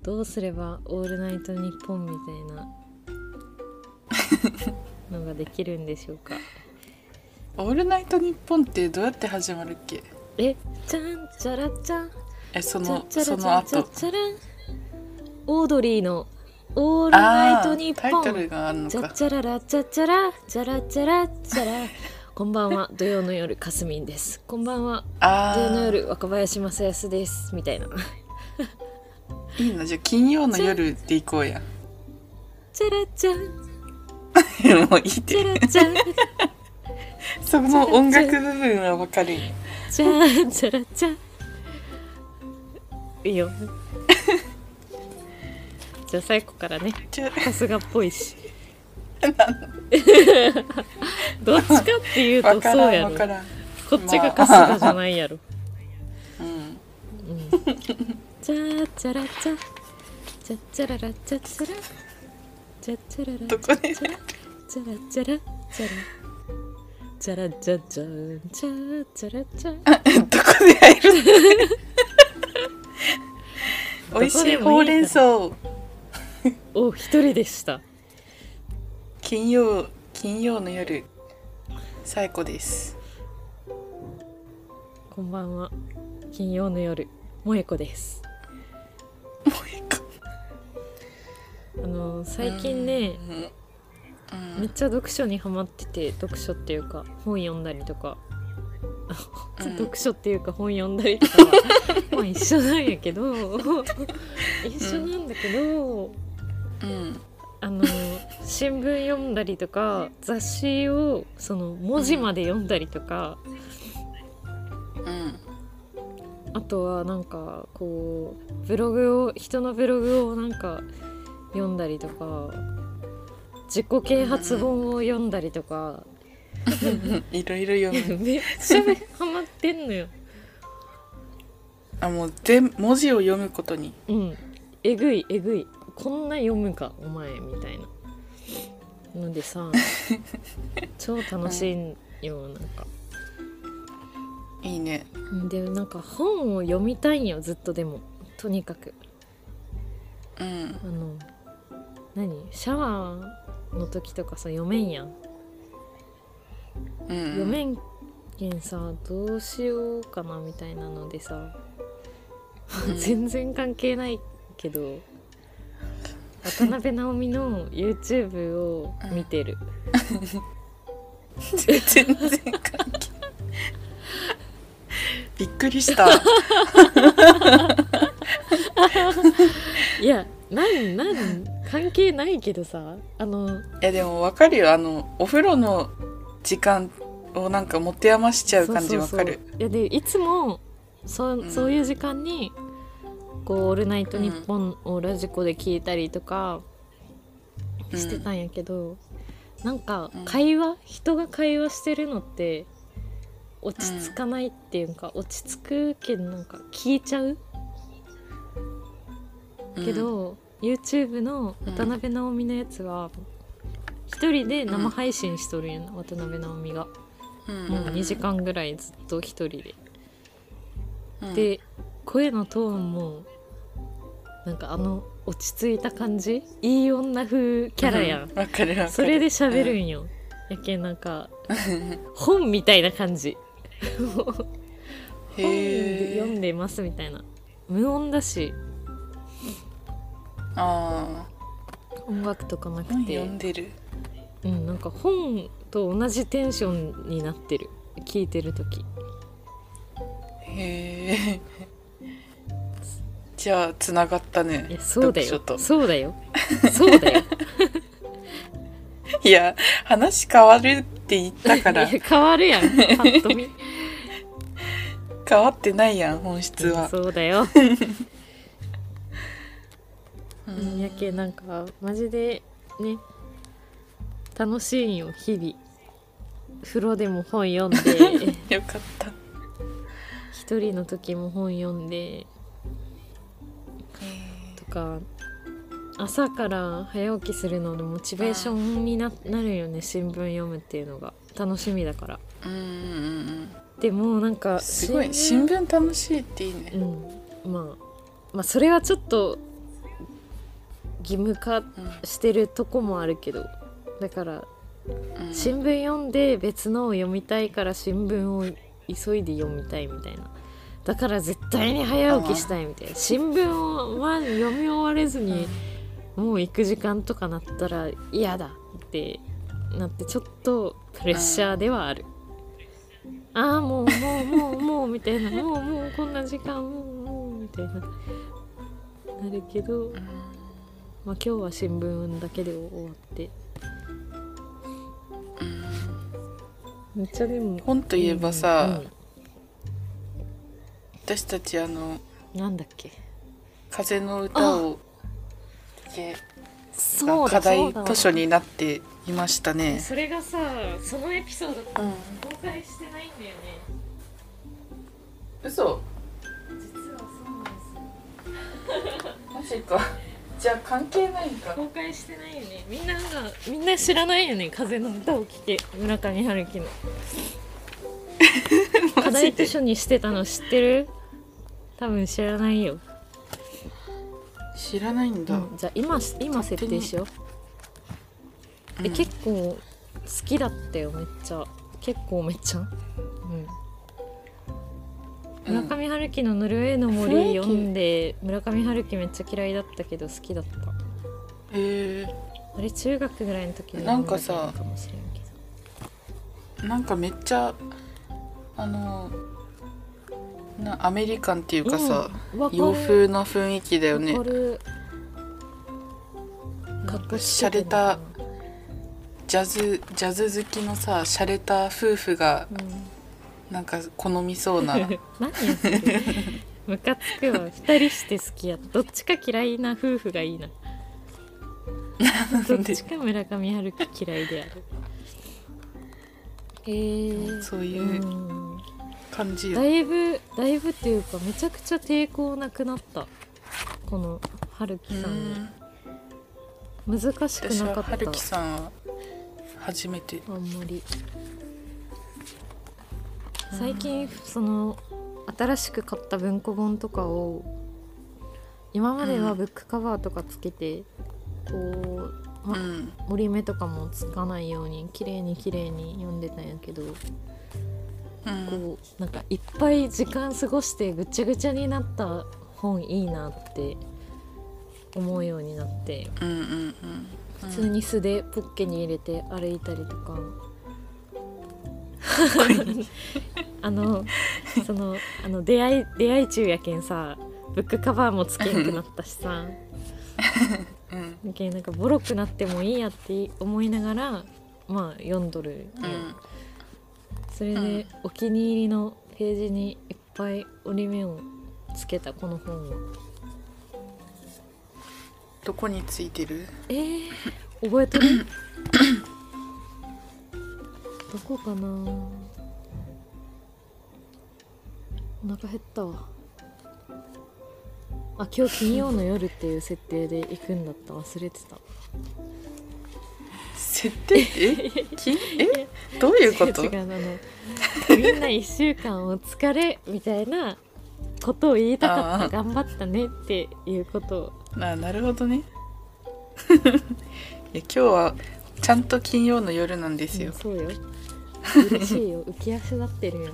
どうすればオールナイトニッポンみたいなのができるんでしょうか。 オールナイトニッポンってどうやって始まるっけ？ ちゃんちゃらちゃんその後オードリーのオールナイトニッポンタイトルがあるのか。 チャチャララチャチャラチャラチャラチャラこんばんは土曜の夜かすみんです。こんばんは土曜の夜若林正康ですみたいな。 いいな、じゃあ金曜の夜で行こうや。 チャラチャもういいって。 チャラチャその音楽部分はわかるよ。 チャチャラチャいいよ。じゃあ最後からね、さすがっぽいし。どっちかっていうとそうやろ。こっちが春日じゃないやろ。チャチャラチャチャチャララチャチャラチャチャララチャチャラチャラチャラチャラチャラチャチャチャチャラチャどこで入る美味しいほうれん草お一人でした。 金曜の夜さえこです。 こんばんは。金曜の夜もえこです。最近ね、めっちゃ読書にハマってて、読書っていうか本読んだりとか読書っていうか本読んだりとかまあ一緒なんやけど一緒なんだけど、新聞読んだりとか雑誌をその文字まで読んだりとか、あとはなんかこう人のブログをなんか読んだりとか、自己啓発本を読んだりとかいろいろ読む。 めっちゃハマってんのよ。 もう文字を読むことに。 えぐいこんな読むかお前みたいなのでさ超楽しいよ。なんかいいね。 でなんか本を読みたいんよずっと。でもとにかくシャワーの時とかさ読めんやん、読めんけんさどうしようかなみたいなのでさ、全然関係ないけど渡辺直美の YouTube を見てる。 全然関係びっくりした。 いやなん関係ないけどさ、 いやでも分かるよ。お風呂の時間をなんか持て余しちゃう感じ分かる。 いやでいつもそういう時間にこうオールナイトニッポンをラジコで聞いたりとかしてたんやけど、なんか人が会話してるのって落ち着かないっていうか、落ち着くけどなんか聞いちゃうけど、YouTube の渡辺直美のやつは一人で生配信しとるんやな、渡辺直美が。もう2時間ぐらいずっと一人で、で声のトーンもなんか落ち着いた感じ、いい女風キャラやん。 わかる。 それで喋るんよ。やけんなんか本みたいな感じ。本で読んでますみたいな。無音だし、音楽とかなくて読んでる。 なんか本と同じテンションになってる、聞いてる時。 へえ。じゃあつながったね。 いやそうだよ読書と。 そうだよいや話変わるって言ったから。 変わるやん、パッと見。 変わってないやん本質は。 そうだよ。やけなんかマジでね楽しいんよ日々。風呂でも本読んでよかった。 一人の時も本読んでとか、朝から早起きするのでモチベーションになるよね。新聞読むっていうのが楽しみだから。でもなんかすごい新聞楽しいっていいね。 まあそれはちょっと義務化してるとこもあるけど、だからうん新聞読んで別のを読みたいから新聞を急いで読みたいみたいな、だから絶対に早起きしたいみたいな、新聞をは読み終われずにもう行く時間とかなったら嫌だってなって、ちょっとプレッシャーではある。ああもうみたいな、もうこんな時間もうみたいななるけど、まあ今日は新聞だけで終わって、めっちゃでも本といえばさ、私たちなんだっけ、 風の歌をそうだ課題そうだ図書になっていましたね。 それがさ、そのエピソード公うん、 開してないんだよね。 嘘？ 実はそうなんですよ。 マジか。じゃあ関係ないんか。 公開してないよね。みんな知らないよね。風の歌を聴け、村上春樹の課題図書にしてたの知ってる？多分知らないよ。 知らないんだ。 じゃあ今設定しよう。結構好きだったよ、めっちゃ。村上春樹のノルウェーの森読んで、村上春樹めっちゃ嫌いだったけど好きだった。あれ中学ぐらいの時になんかさ、 かもしれんけど、 なんかめっちゃアメリカンっていうかさ、洋風な雰囲気だよね。 わかる。 なんか洒落たジャズ好きのさ、洒落た夫婦がなんか好みそうな何やそれムカつくわ。2人して好きや、どっちか嫌いな夫婦がいいな。どっちか村上春樹嫌いである。 そういう感じよ。 だいぶっていうかめちゃくちゃ抵抗なくなった、この春樹さんに。難しくなかった。 私は春樹さんは初めて。 あんまり最近その新しく買った文庫本とかを、今まではブックカバーとかつけてこう、折り目とかもつかないように綺麗に読んでたんやけど、こうなんかいっぱい時間過ごしてぐちゃぐちゃになった本いいなって思うようになって、普通に素でポッケに入れて歩いたりとか出会い中やけんさ、ブックカバーもつけんくなったしさなんかボロくなってもいいやって思いながらまあ読んどる、それでお気に入りのページにいっぱい折り目をつけたこの本を。 どこについてる？ 覚えとる？どこかな。お腹減ったわ。今日金曜の夜っていう設定で行くんだった。忘れてた。 設定？どういうこと？ 違うみんな1週間お疲れみたいなことを言いたかった。頑張ったねっていうことを。 なるほどね。いや今日はちゃんと金曜の夜なんですよ。 そうよ。嬉しいよ。浮き足立ってるよ。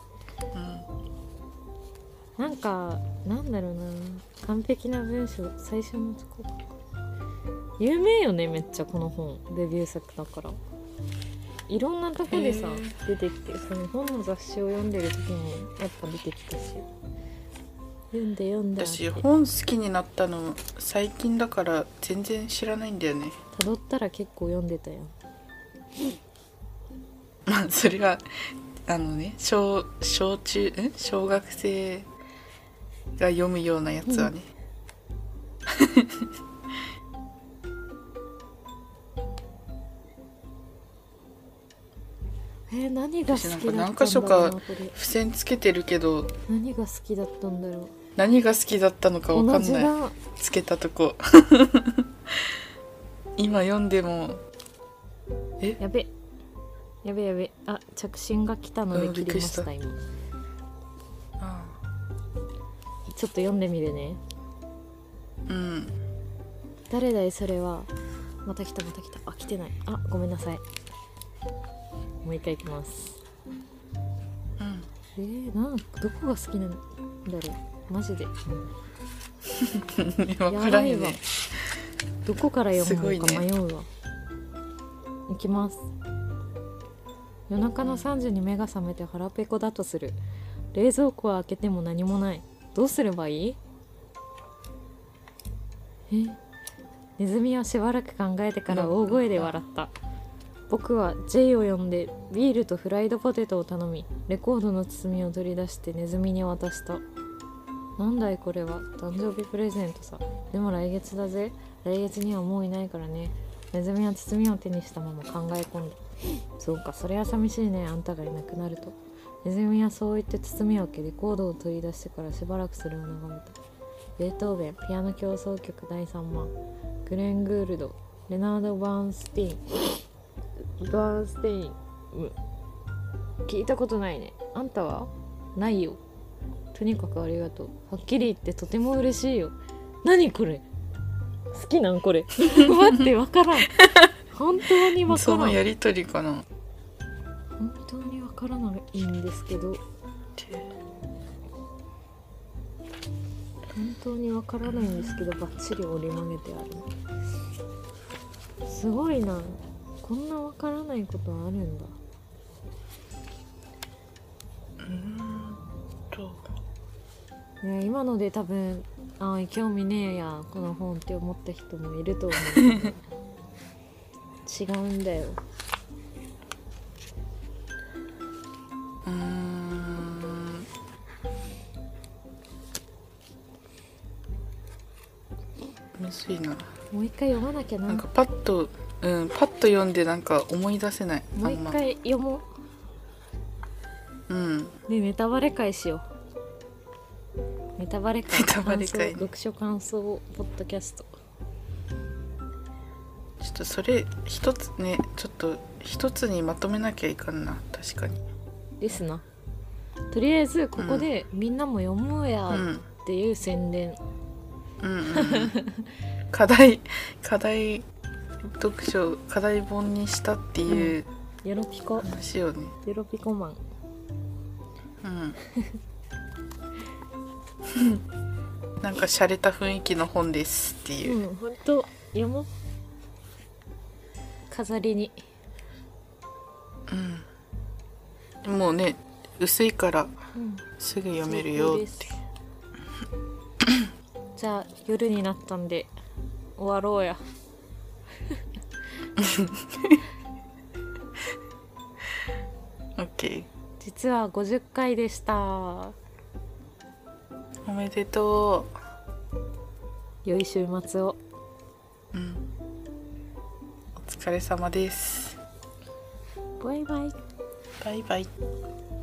なんかなんだろうな、完璧な文章最初のとこ有名よね、めっちゃこの本デビュー作だから。いろんなとこでさ、出てきて、その本の雑誌を読んでる時もやっぱ出てきたし、読んだ。 私本好きになったの最近だから全然知らないんだよね。 辿ったら結構読んでたよ。 まあそれは小学生が読むようなやつはね、 何が好きだったんだろうな。 何箇所か付箋つけてるけど、 何が好きだったんだろう。 何が好きだったのか分かんない。つけたとこ今読んでもやべ着信が来たので切りました。今ちょっと読んでみるね。 誰だいそれは。また来たまた来た。あ、来てない。あ、ごめんなさい。もう一回行きます。どこが好きなんだろうマジで。 分からんよね。 どこから読むのか迷うわ。いきます。夜中の3時に目が覚めて腹ペコだとする。冷蔵庫は開けても何もない。どうすればいい？ネズミはしばらく考えてから大声で笑った。僕は J を呼んでビールとフライドポテトを頼み、レコードの包みを取り出してネズミに渡した。なんだいこれは。誕生日プレゼントさ。でも来月だぜ。来月にはもういないからね。ネズミは包みを手にしたまま考え込んだ。そうか、それは寂しいね、あんたがいなくなると。ネズミはそう言って包みを開け、レコードを取り出してからしばらくそれを眺めた。ベートーベン、ピアノ協奏曲第3番、グレン・グールド、レナード・バーンステイン、聞いたことないね。あんたは？ないよ。とにかくありがとう。はっきり言ってとても嬉しいよ。何これ？好きなんこれ？待って、わからん。本当にわからん。 そのやりとりかな。 本当にわからないんですけど。本当にわからないんですけど、バッチリ折り曲げてある。すごいな。こんなわからないことあるんだ。いや、今ので多分興味ねえやこの本って思った人もいると思うけど違うんだよ。 むずいな。 もう一回読まなきゃな。 なんかパッと読んでなんか思い出せない。 もう一回読もう。でネタバレ会しよう。ネタバレ会、読書感想ポッドキャスト。 ちょっとそれ一つね、ちょっと一つにまとめなきゃいかんな。確かにですな。とりあえずここでみんなも読もうやっていう宣伝、 課題読書課題本にしたっていうよろぴこ話をね。 よろぴこマン。 なんか洒落た雰囲気の本ですっていう。 ほんと読もう。飾りに。 もうね、薄いからすぐ読めるよって。 じゃあ夜になったんで終わろうや。 OK。 実は50回でした。おめでとう。良い週末を。 お疲れ様です。 バイバイ。 バイバイ。